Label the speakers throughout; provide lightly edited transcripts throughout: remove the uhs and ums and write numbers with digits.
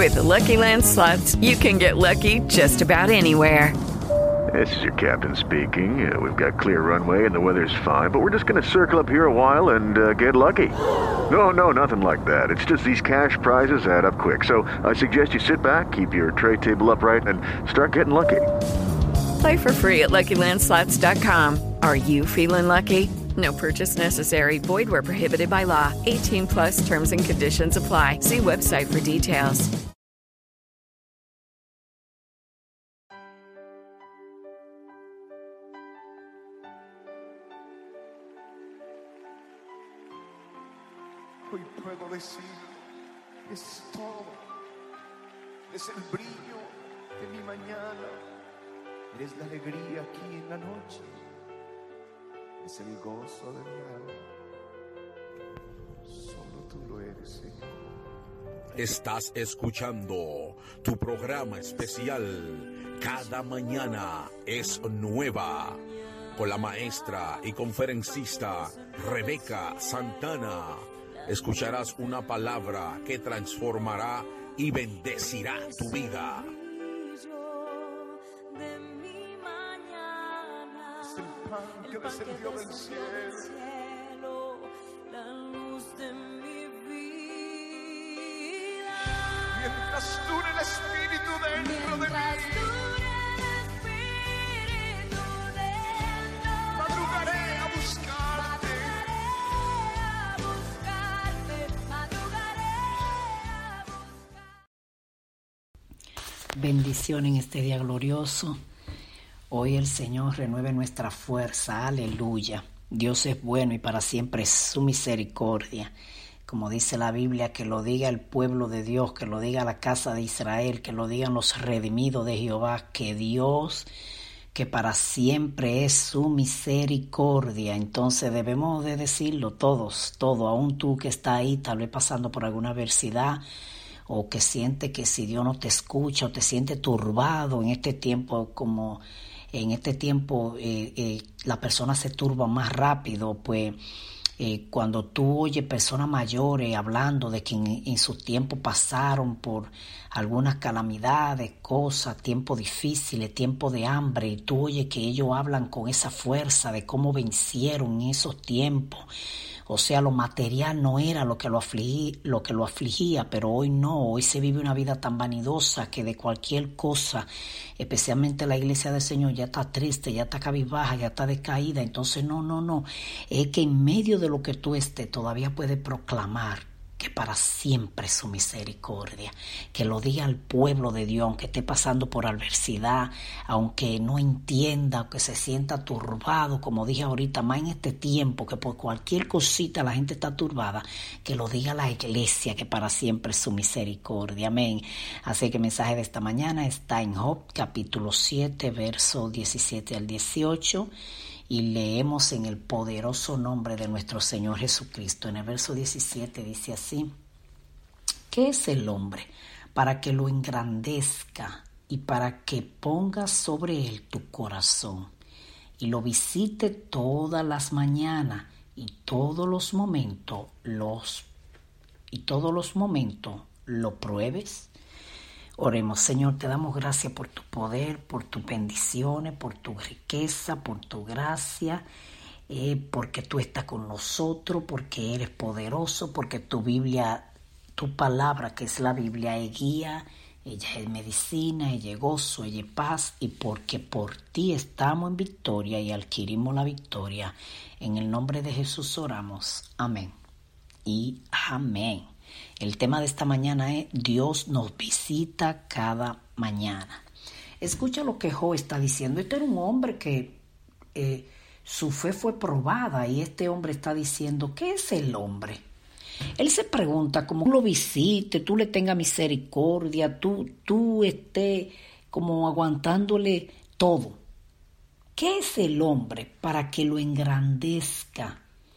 Speaker 1: With the Lucky Land Slots, you can get lucky just about anywhere.
Speaker 2: This is your captain speaking. We've got clear runway and the weather's fine, but we're just going to circle up here a while and get lucky. No, nothing like that. It's just these cash prizes add up quick. So I suggest you sit back, keep your tray table upright, and start getting lucky.
Speaker 1: Play for free at LuckyLandSlots.com. Are you feeling lucky? No purchase necessary. Void where prohibited by law. 18 plus terms and conditions apply. See website for details.
Speaker 3: Hoy puedo decir, es todo, es el brillo de mi mañana, eres la alegría aquí en la noche, es el gozo de mi alma, solo tú lo eres, Señor.
Speaker 4: Estás escuchando tu programa especial, Cada Mañana es Nueva, con la maestra y conferencista Rebeca Santana. Escucharás una palabra que transformará y bendecirá tu vida.
Speaker 3: Es el pan que descendió del cielo, la luz de mi vida. Mientras dure el Espíritu dentro de mí, madrugaré a buscarte.
Speaker 5: Bendición en este día glorioso. Hoy el Señor renueve nuestra fuerza. Aleluya. Dios es bueno y para siempre es su misericordia. Como dice la Biblia, que lo diga el pueblo de Dios, que lo diga la casa de Israel, que lo digan los redimidos de Jehová, que Dios, que para siempre es su misericordia. Entonces debemos de decirlo todos, aún tú que estás ahí, tal vez pasando por alguna adversidad, o que siente que si Dios no te escucha, o te siente turbado en este tiempo, como en este tiempo la persona se turba más rápido, pues cuando tú oyes personas mayores hablando de que en su tiempo pasaron por algunas calamidades, cosas, tiempos difíciles, tiempos de hambre, y tú oyes que ellos hablan con esa fuerza de cómo vencieron en esos tiempos. O sea, lo material no era lo que lo afligía, pero hoy no. Hoy se vive una vida tan vanidosa que de cualquier cosa, especialmente la iglesia del Señor, ya está triste, ya está cabizbaja, ya está decaída. Entonces, no. Es que en medio de lo que tú estés, todavía puedes proclamar que para siempre es su misericordia, que lo diga al pueblo de Dios, aunque esté pasando por adversidad, aunque no entienda, aunque se sienta turbado, como dije ahorita, más en este tiempo, que por cualquier cosita la gente está turbada, que lo diga la iglesia, que para siempre es su misericordia, amén. Así que el mensaje de esta mañana está en Job, capítulo 7, verso 17 al 18, y leemos en el poderoso nombre de nuestro Señor Jesucristo. En el verso 17 dice así: ¿qué es el hombre para que lo engrandezca y para que pongas sobre él tu corazón y lo visite todas las mañanas y todos los momentos lo pruebes? Oremos. Señor, te damos gracias por tu poder, por tus bendiciones, por tu riqueza, por tu gracia, porque tú estás con nosotros, porque eres poderoso, porque tu Biblia, tu palabra, que es la Biblia, es guía, ella es medicina, ella es gozo, ella es paz, y porque por ti estamos en victoria y adquirimos la victoria. En el nombre de Jesús oramos. Amén y amén. El tema de esta mañana es: Dios nos visita cada mañana. Escucha lo que Job está diciendo. Este era un hombre que su fe fue probada, y este hombre está diciendo: ¿qué es el hombre? Él se pregunta, como tú lo visites, tú le tengas misericordia, tú estés como aguantándole todo. ¿Qué es el hombre para que lo engrandezca?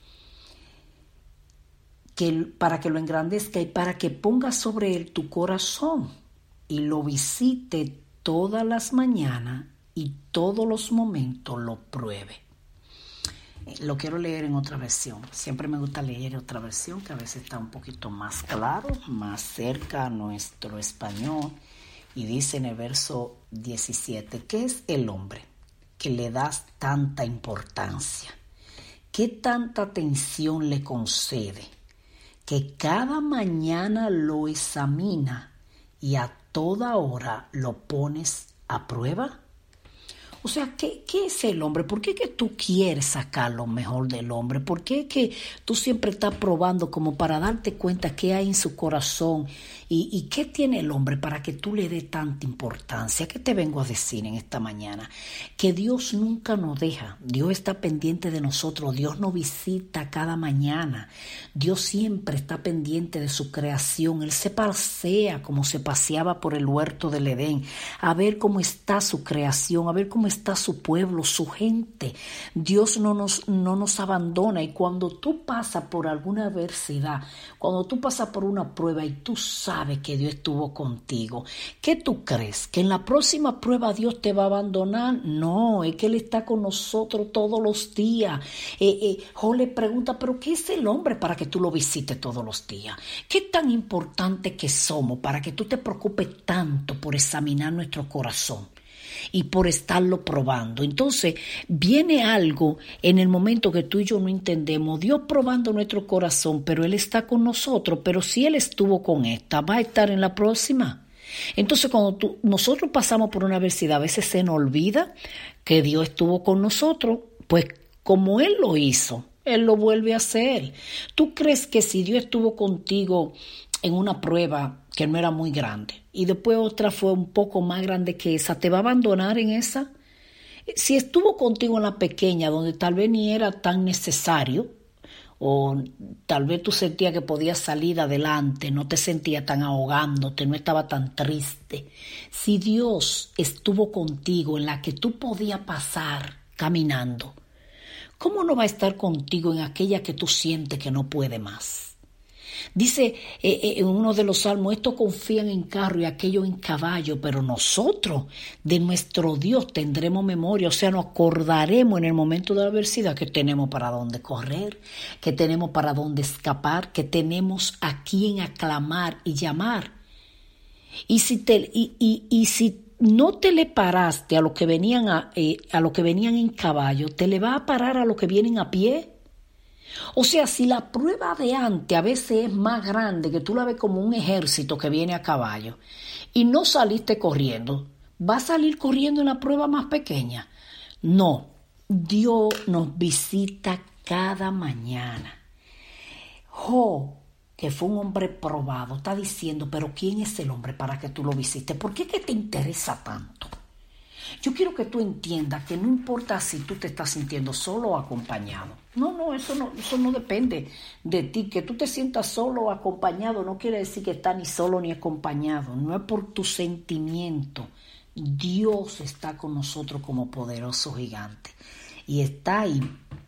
Speaker 5: Para que lo engrandezca y para que ponga sobre él tu corazón y lo visite todas las mañanas y todos los momentos lo pruebe. Lo quiero leer en otra versión. Siempre me gusta leer otra versión que a veces está un poquito más claro, más cerca a nuestro español. Y dice en el verso 17, ¿qué es el hombre que le das tanta importancia? ¿Qué tanta atención le concede? Que cada mañana lo examina y a toda hora lo pones a prueba. O sea, ¿qué es el hombre? ¿Por qué que tú quieres sacar lo mejor del hombre? ¿Por qué que tú siempre estás probando como para darte cuenta qué hay en su corazón? ¿Y qué tiene el hombre para que tú le des tanta importancia? ¿Qué te vengo a decir en esta mañana? Que Dios nunca nos deja. Dios está pendiente de nosotros. Dios nos visita cada mañana. Dios siempre está pendiente de su creación. Él se pasea como se paseaba por el huerto del Edén, a ver cómo está su creación, a ver cómo está su pueblo, su gente. Dios no nos abandona. Y cuando tú pasas por alguna adversidad, cuando tú pasas por una prueba y tú sabes que Dios estuvo contigo, ¿qué tú crees? ¿Que en la próxima prueba Dios te va a abandonar? No, es que Él está con nosotros todos los días. Job le pregunta, ¿pero qué es el hombre para que tú lo visites todos los días? ¿Qué tan importante que somos para que tú te preocupes tanto por examinar nuestro corazón y por estarlo probando? Entonces viene algo en el momento que tú y yo no entendemos, Dios probando nuestro corazón, pero Él está con nosotros. Pero si Él estuvo con esta, ¿va a estar en la próxima? Entonces cuando nosotros pasamos por una adversidad, a veces se nos olvida que Dios estuvo con nosotros. Pues como Él lo hizo, Él lo vuelve a hacer. ¿Tú crees que si Dios estuvo contigo en una prueba que no era muy grande y después otra fue un poco más grande que esa, te va a abandonar en esa? Si estuvo contigo en la pequeña, donde tal vez ni era tan necesario, o tal vez tú sentías que podías salir adelante, no te sentías tan ahogándote, no estaba tan triste. Si Dios estuvo contigo en la que tú podías pasar caminando, ¿cómo no va a estar contigo en aquella que tú sientes que no puede más? Dice en uno de los salmos, estos confían en carro y aquellos en caballo, pero nosotros de nuestro Dios tendremos memoria. O sea, nos acordaremos en el momento de la adversidad que tenemos para dónde correr, que tenemos para dónde escapar, que tenemos a quién aclamar y llamar. Y si no te le paraste a los que venían a los que venían en caballo, te le va a parar a los que vienen a pie. O sea, si la prueba de antes a veces es más grande, que tú la ves como un ejército que viene a caballo, y no saliste corriendo, ¿vas a salir corriendo en la prueba más pequeña? No, Dios nos visita cada mañana. Job, que fue un hombre probado, está diciendo, pero ¿quién es el hombre para que tú lo visites? ¿Por qué es que te interesa tanto? Yo quiero que tú entiendas que no importa si tú te estás sintiendo solo o acompañado. No, eso no depende de ti. Que tú te sientas solo o acompañado no quiere decir que estás ni solo ni acompañado. No es por tu sentimiento. Dios está con nosotros como poderoso gigante. Y está ahí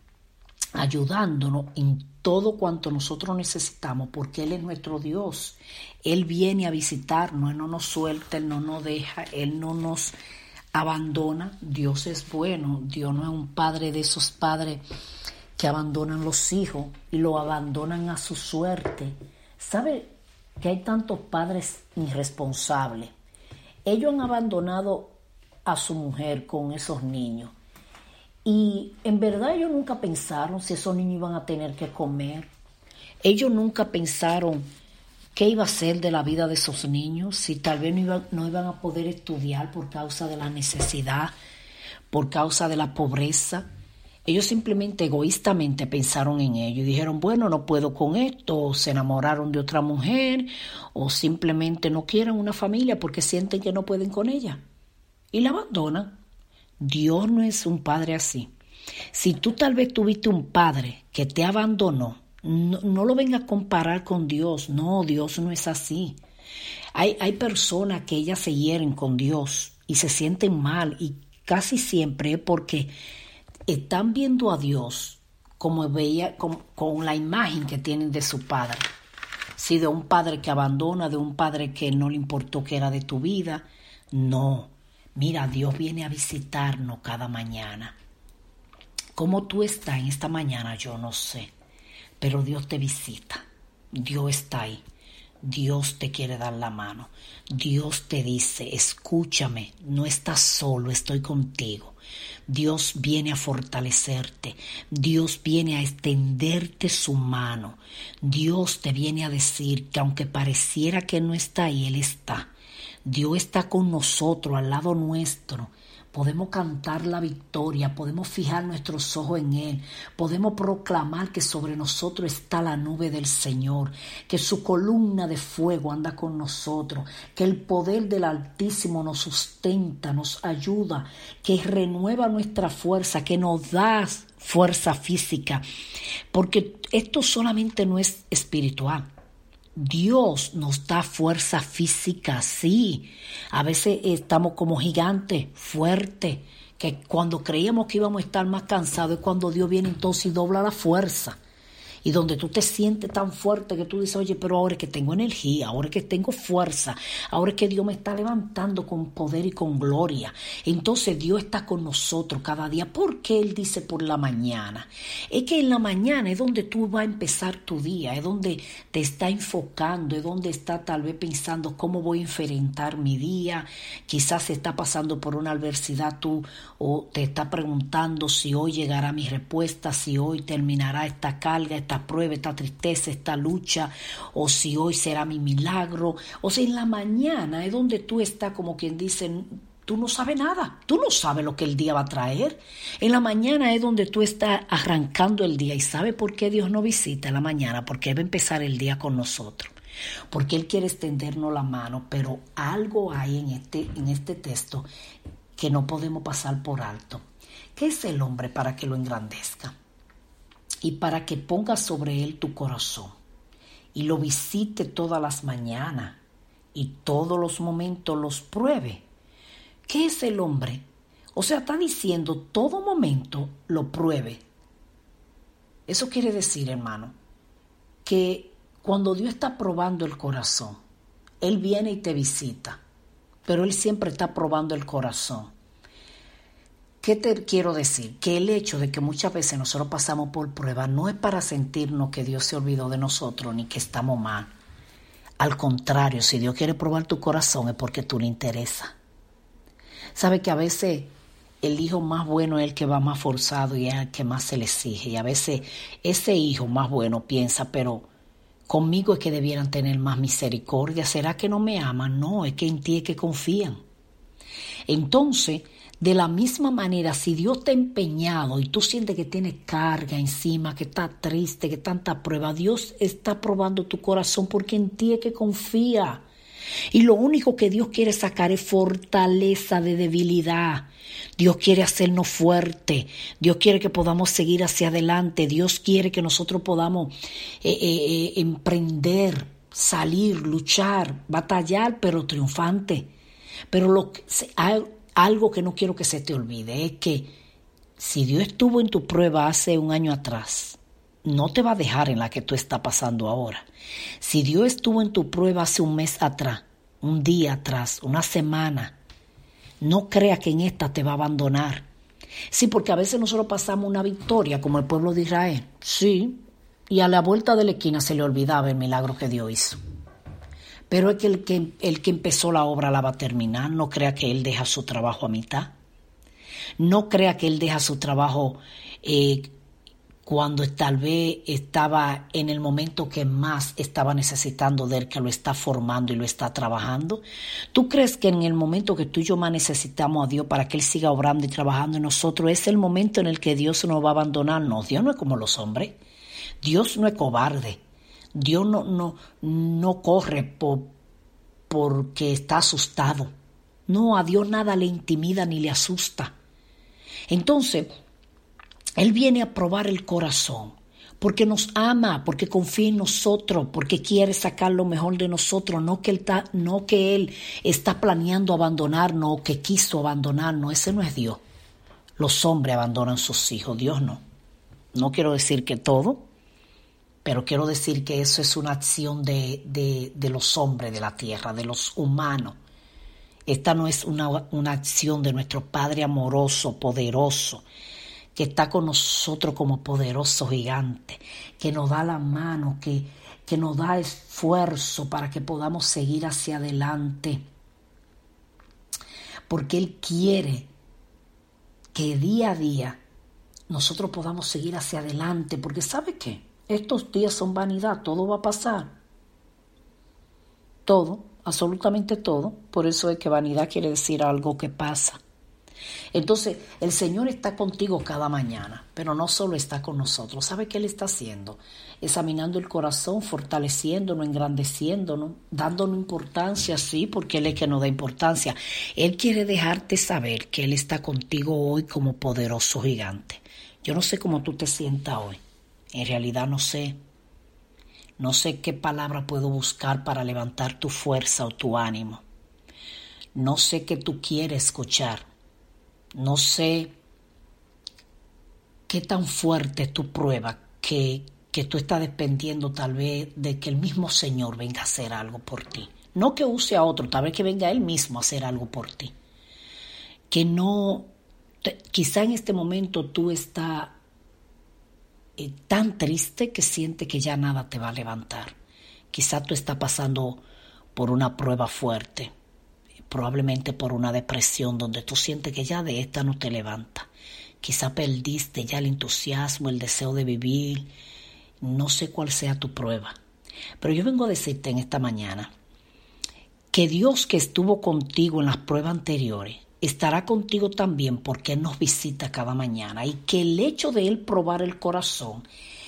Speaker 5: ayudándonos en todo cuanto nosotros necesitamos, porque Él es nuestro Dios. Él viene a visitarnos, Él no nos suelta, Él no nos deja, Él no nos abandona. Dios es bueno. Dios no es un padre de esos padres que abandonan los hijos y lo abandonan a su suerte. ¿Sabe que hay tantos padres irresponsables? Ellos han abandonado a su mujer con esos niños y en verdad ellos nunca pensaron si esos niños iban a tener que comer. Ellos nunca pensaron qué iba a ser de la vida de esos niños, si tal vez no iban a poder estudiar por causa de la necesidad, por causa de la pobreza. Ellos simplemente egoístamente pensaron en ello y dijeron, bueno, no puedo con esto, o se enamoraron de otra mujer, o simplemente no quieren una familia porque sienten que no pueden con ella y la abandonan. Dios no es un padre así. Si tú tal vez tuviste un padre que te abandonó, no lo vengas a comparar con Dios. No, Dios no es así. Hay personas que ellas se hieren con Dios y se sienten mal, y casi siempre es porque están viendo a Dios como veía, con la imagen que tienen de su padre. Si de un padre que abandona, de un padre que no le importó que era de tu vida. No, mira, Dios viene a visitarnos cada mañana. Cómo tú estás en esta mañana, yo no sé, pero Dios te visita, Dios está ahí, Dios te quiere dar la mano, Dios te dice, escúchame, no estás solo, estoy contigo. Dios viene a fortalecerte, Dios viene a extenderte su mano, Dios te viene a decir que aunque pareciera que no está ahí, Él está. Dios está con nosotros, al lado nuestro. Podemos cantar la victoria, podemos fijar nuestros ojos en Él, podemos proclamar que sobre nosotros está la nube del Señor, que su columna de fuego anda con nosotros, que el poder del Altísimo nos sustenta, nos ayuda, que renueva nuestra fuerza, que nos da fuerza física, porque esto solamente no es espiritual. Dios nos da fuerza física, sí. A veces estamos como gigantes, fuertes, que cuando creíamos que íbamos a estar más cansados es cuando Dios viene entonces y dobla la fuerza. Y donde tú te sientes tan fuerte que tú dices, oye, pero ahora es que tengo energía, ahora es que tengo fuerza, ahora es que Dios me está levantando con poder y con gloria. Entonces Dios está con nosotros cada día. ¿Por qué Él dice por la mañana? Es que en la mañana es donde tú vas a empezar tu día, es donde te está enfocando, es donde está tal vez pensando cómo voy a enfrentar mi día. Quizás está pasando por una adversidad tú o te está preguntando si hoy llegará mi respuesta, si hoy terminará esta carga, esta prueba, esta tristeza, esta lucha, o si hoy será mi milagro. O sea, en la mañana es donde tú estás como quien dice, tú no sabes nada, tú no sabes lo que el día va a traer. En la mañana es donde tú estás arrancando el día. ¿Y sabe por qué Dios no visita en la mañana? Porque Él va a empezar el día con nosotros. Porque Él quiere extendernos la mano, pero algo hay en este texto que no podemos pasar por alto. ¿Qué es el hombre para que lo engrandezca? Y para que pongas sobre él tu corazón y lo visite todas las mañanas y todos los momentos los pruebe. ¿Qué es el hombre? O sea, está diciendo todo momento lo pruebe. Eso quiere decir, hermano, que cuando Dios está probando el corazón, Él viene y te visita, pero Él siempre está probando el corazón. ¿Qué te quiero decir? Que el hecho de que muchas veces nosotros pasamos por pruebas no es para sentirnos que Dios se olvidó de nosotros ni que estamos mal. Al contrario, si Dios quiere probar tu corazón es porque tú le interesa. ¿Sabe que a veces el hijo más bueno es el que va más forzado y es el que más se le exige? Y a veces ese hijo más bueno piensa, pero conmigo es que debieran tener más misericordia. ¿Será que no me aman? No, es que en ti es que confían. Entonces, de la misma manera, si Dios te ha empeñado y tú sientes que tienes carga encima, que estás triste, que tanta prueba, Dios está probando tu corazón porque en ti es que confía. Y lo único que Dios quiere sacar es fortaleza de debilidad. Dios quiere hacernos fuerte. Dios quiere que podamos seguir hacia adelante. Dios quiere que nosotros podamos emprender, salir, luchar, batallar, pero triunfante. Pero algo que no quiero que se te olvide es que si Dios estuvo en tu prueba hace un año atrás, no te va a dejar en la que tú estás pasando ahora. Si Dios estuvo en tu prueba hace un mes atrás, un día atrás, una semana, no creas que en esta te va a abandonar. Sí, porque a veces nosotros pasamos una victoria como el pueblo de Israel. Sí, y a la vuelta de la esquina se le olvidaba el milagro que Dios hizo. Pero es que el que empezó la obra la va a terminar. No crea que él deja su trabajo a mitad. No crea que él deja su trabajo cuando tal vez estaba en el momento que más estaba necesitando de él, que lo está formando y lo está trabajando. ¿Tú crees que en el momento que tú y yo más necesitamos a Dios para que Él siga obrando y trabajando en nosotros, es el momento en el que Dios nos va a abandonar? No, Dios no es como los hombres. Dios no es cobarde. Dios no corre porque está asustado. No, a Dios nada le intimida ni le asusta. Entonces, Él viene a probar el corazón porque nos ama, porque confía en nosotros, porque quiere sacar lo mejor de nosotros. No que Él está planeando abandonarnos o que quiso abandonarnos. Ese no es Dios. Los hombres abandonan sus hijos, Dios no. No quiero decir que todo, pero quiero decir que eso es una acción de los hombres de la tierra, de los humanos. Esta no es una acción de nuestro Padre amoroso, poderoso, que está con nosotros como poderoso gigante, que nos da la mano, que nos da esfuerzo para que podamos seguir hacia adelante. Porque Él quiere que día a día nosotros podamos seguir hacia adelante. Porque ¿sabe qué? Estos días son vanidad, todo va a pasar. Todo, absolutamente todo. Por eso es que vanidad quiere decir algo que pasa. Entonces, el Señor está contigo cada mañana, pero no solo está con nosotros. ¿Sabe qué Él está haciendo? Examinando el corazón, fortaleciéndonos, engrandeciéndonos, dándonos importancia, sí, porque Él es que nos da importancia. Él quiere dejarte saber que Él está contigo hoy como poderoso gigante. Yo no sé cómo tú te sientas hoy. En realidad no sé. No sé qué palabra puedo buscar para levantar tu fuerza o tu ánimo. No sé qué tú quieres escuchar. No sé qué tan fuerte es tu prueba que tú estás dependiendo tal vez de que el mismo Señor venga a hacer algo por ti. No que use a otro, tal vez que venga Él mismo a hacer algo por ti. Que no, quizá en este momento tú estás tan triste que sientes que ya nada te va a levantar. Quizá tú estás pasando por una prueba fuerte. Probablemente por una depresión donde tú sientes que ya de esta no te levanta. Quizá perdiste ya el entusiasmo, el deseo de vivir. No sé cuál sea tu prueba. Pero yo vengo a decirte en esta mañana que Dios que estuvo contigo en las pruebas anteriores estará contigo también porque Él nos visita cada mañana y que el hecho de Él probar el corazón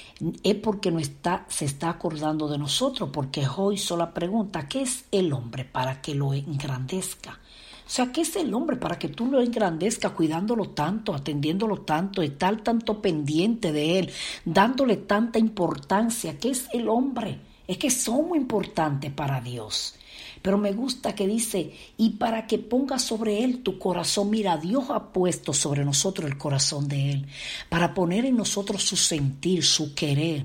Speaker 5: es porque se está acordando de nosotros, porque hoy hizo la pregunta, ¿qué es el hombre para que lo engrandezca? O sea, ¿qué es el hombre para que tú lo engrandezcas, cuidándolo tanto, atendiéndolo tanto, estar tanto pendiente de él, dándole tanta importancia? ¿Qué es el hombre? Es que somos importantes para Dios. Pero me gusta que dice, y para que pongas sobre él tu corazón. Mira, Dios ha puesto sobre nosotros el corazón de él, para poner en nosotros su sentir, su querer.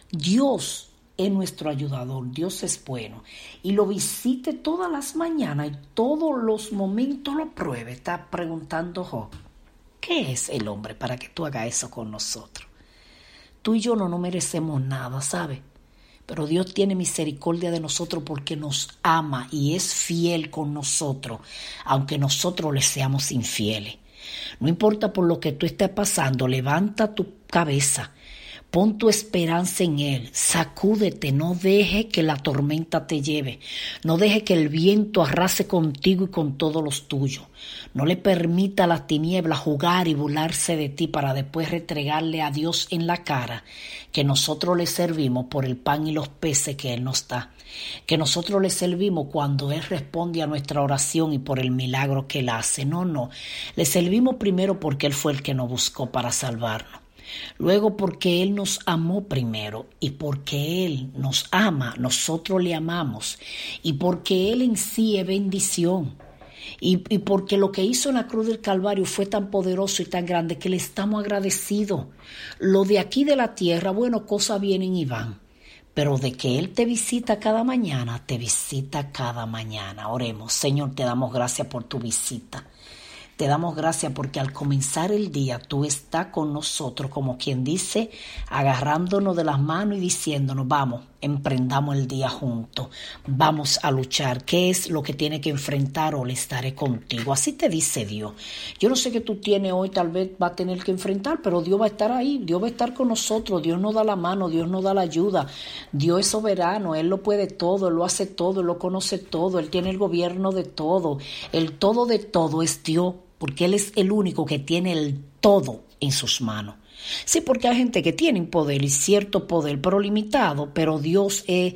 Speaker 5: Dios es nuestro ayudador, Dios es bueno. Y lo visite todas las mañanas y todos los momentos lo pruebe. Está preguntando Job, ¿qué es el hombre para que tú hagas eso con nosotros? Tú y yo no merecemos nada, ¿sabes? Pero Dios tiene misericordia de nosotros porque nos ama y es fiel con nosotros, aunque nosotros le seamos infieles. No importa por lo que tú estés pasando, levanta tu cabeza, pon tu esperanza en Él, sacúdete, no deje que la tormenta te lleve, no deje que el viento arrase contigo y con todos los tuyos. No le permita a las tinieblas jugar y burlarse de ti para después restregarle a Dios en la cara que nosotros le servimos por el pan y los peces que Él nos da, que nosotros le servimos cuando Él responde a nuestra oración y por el milagro que Él hace. No, le servimos primero porque Él fue el que nos buscó para salvarnos. Luego porque Él nos amó primero y porque Él nos ama, nosotros le amamos y porque Él en sí es bendición. Y porque lo que hizo en la cruz del Calvario fue tan poderoso y tan grande que le estamos agradecidos. Lo de aquí de la tierra, bueno, cosas vienen y van. Pero de que Él te visita cada mañana, te visita cada mañana. Oremos. Señor, te damos gracias por tu visita. Te damos gracias porque al comenzar el día tú estás con nosotros, como quien dice, agarrándonos de las manos y diciéndonos, vamos, emprendamos el día juntos, vamos a luchar. ¿Qué es lo que tiene que enfrentar? O le estaré contigo. Así te dice Dios. Yo no sé qué tú tienes hoy, tal vez va a tener que enfrentar, pero Dios va a estar ahí, Dios va a estar con nosotros, Dios nos da la mano, Dios nos da la ayuda. Dios es soberano, Él lo puede todo, Él lo hace todo, Él lo conoce todo, Él tiene el gobierno de todo. El todo de todo es Dios, porque Él es el único que tiene el todo en sus manos. Sí, porque hay gente que tiene poder y cierto poder, pero limitado, pero Dios es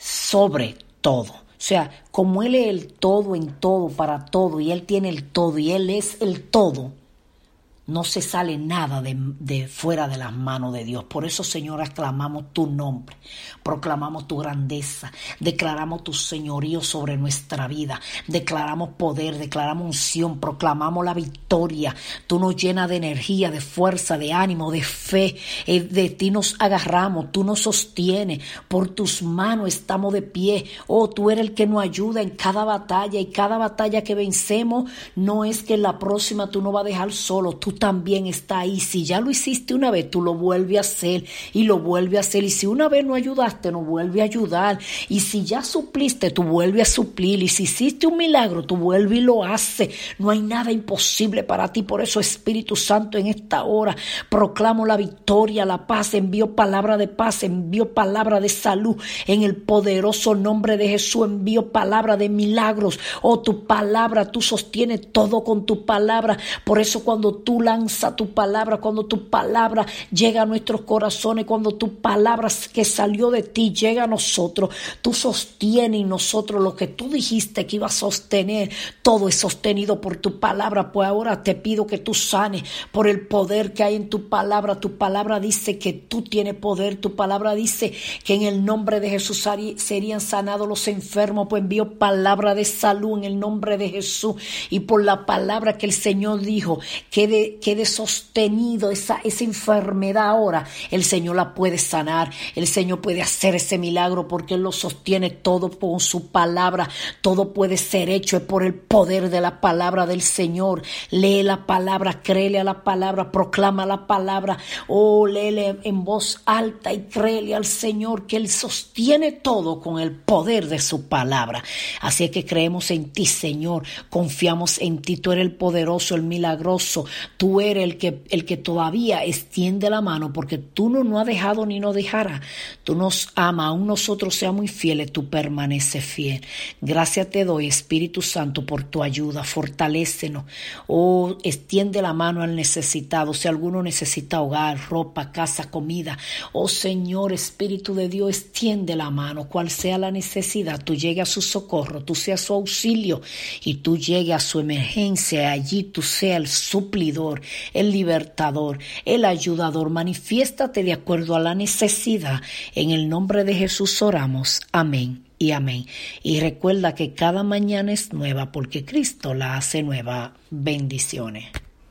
Speaker 5: sobre todo. O sea, como Él es el todo en todo, para todo, y Él tiene el todo, y Él es el todo, no se sale nada de fuera de las manos de Dios. Por eso, Señor, aclamamos tu nombre, proclamamos tu grandeza, declaramos tu señorío sobre nuestra vida, declaramos poder, declaramos unción, proclamamos la victoria. Tú nos llenas de energía, de fuerza, de ánimo, de fe. De ti nos agarramos, tú nos sostienes, por tus manos estamos de pie. Oh, tú eres el que nos ayuda en cada batalla, y cada batalla que vencemos no es que en la próxima tú nos vas a dejar solo. Tú también estás ahí. Si ya lo hiciste una vez, tú lo vuelves a hacer y lo vuelves a hacer. Y si una vez no ayudaste, no vuelves a ayudar. Y si ya supliste, tú vuelves a suplir. Y si hiciste un milagro, tú vuelves y lo haces. No hay nada imposible para ti. Por eso, Espíritu Santo, en esta hora proclamo la victoria, la paz. Envío palabra de paz, envío palabra de salud. En el poderoso nombre de Jesús envío palabra de milagros. Oh, tu palabra, tú sostienes todo con tu palabra. Por eso cuando tú lanzas tu palabra, cuando tu palabra llega a nuestros corazones, cuando tu palabra que salió de ti llega a nosotros, tú sostienes en nosotros lo que tú dijiste que iba a sostener. Todo es sostenido por tu palabra. Pues ahora te pido que tú sanes por el poder que hay en tu palabra. Tu palabra dice que tú tienes poder. Tu palabra dice que en el nombre de Jesús serían sanados los enfermos. Pues envío palabra de salud en el nombre de Jesús. Y por la palabra que el Señor dijo, quede sostenido esa enfermedad ahora. El Señor la puede sanar. El Señor puede hacer ese milagro porque Él lo sostiene todo con su palabra. Todo puede ser hecho es por el poder de la palabra del Señor. Lee la palabra, créele a la palabra, proclama la palabra. Oh, léele en voz alta y créele al Señor que Él sostiene todo con el poder de su palabra. Así es que creemos en ti, Señor. Confiamos en ti. Tú eres el poderoso, el milagroso. Tú eres el que todavía extiende la mano, porque tú no nos has dejado ni nos dejarás. Tú nos amas, aún nosotros seamos infieles, tú permaneces fiel. Gracias te doy, Espíritu Santo, por tu ayuda. Fortalécenos. Oh, extiende la mano al necesitado. Si alguno necesita hogar, ropa, casa, comida. Oh, Señor, Espíritu de Dios, extiende la mano. Cual sea la necesidad, tú llegues a su socorro, tú seas su auxilio y tú llegues a su emergencia. Allí tú seas el suplidor, el libertador, el ayudador. Manifiéstate de acuerdo a la necesidad. En el nombre de Jesús oramos. Amén y amén. Y recuerda que cada mañana es nueva porque Cristo la hace nueva. Bendiciones.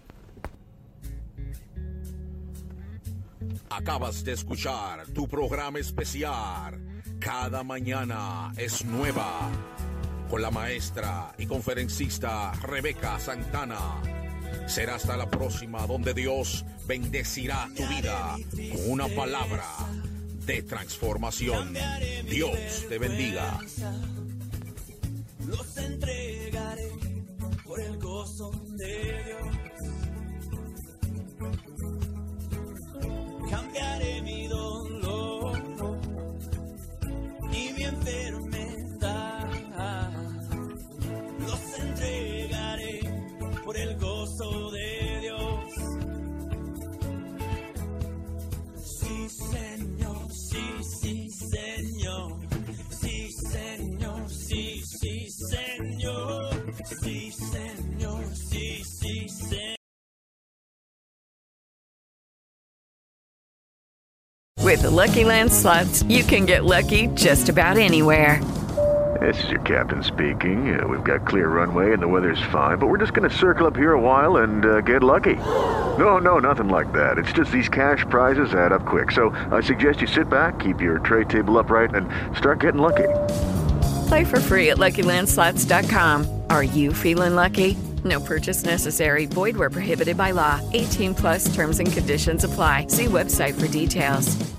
Speaker 4: Acabas de escuchar tu programa especial. Cada mañana es nueva. Con la maestra y conferencista Rebeca Santana. Será hasta la próxima, donde Dios bendecirá tu vida con una palabra de transformación. Dios te bendiga.
Speaker 6: Los entregaré por el gozo de Dios. Cambiaré mi dolor y mi enfermedad. Los entregaré por el gozo de Dios. Sí, Señor, sí, Señor. Sí, Señor, sí, Señor. Sí, Señor, sí, Señor.
Speaker 1: With the Lucky Land Slots, you can get lucky just about anywhere.
Speaker 2: This is your captain speaking. We've got clear runway and the weather's fine, but we're just going to circle up here a while and get lucky. No, nothing like that. It's just these cash prizes add up quick. So I suggest you sit back, keep your tray table upright, and start getting lucky.
Speaker 1: Play for free at LuckyLandSlots.com. Are you feeling lucky? No purchase necessary. Void where prohibited by law. 18+ terms and conditions apply. See website for details.